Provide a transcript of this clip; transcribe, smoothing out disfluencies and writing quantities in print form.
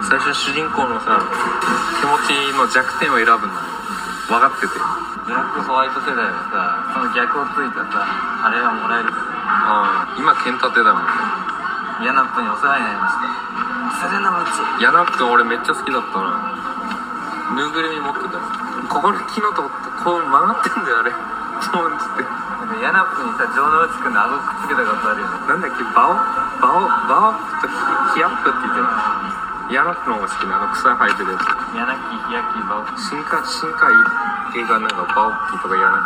最初主人公のさ気持ちの弱点を選ぶんだ。分かってて。 ブラックホワイト世代はさ、その逆をついたさ、あれがもらえるから。 今剣立てだもんね。 ヤナップにお世話になりました。それのうちヤナップ俺めっちゃ好きだったな。ぬいぐるみ持ってたよ。ここに木のとこう曲がってんだよあれ。そうっつって。 なんかヤナップにさ、城之内くんの顎くっつけたことあるよね。 なんだっけ、バオッとヒヤップって言ってる。ヤナップの方が好きな、草生えてるやつ。 ヤナッキーヒヤッキーバオ。 深海映画なんかバオッキーとかヤナッキー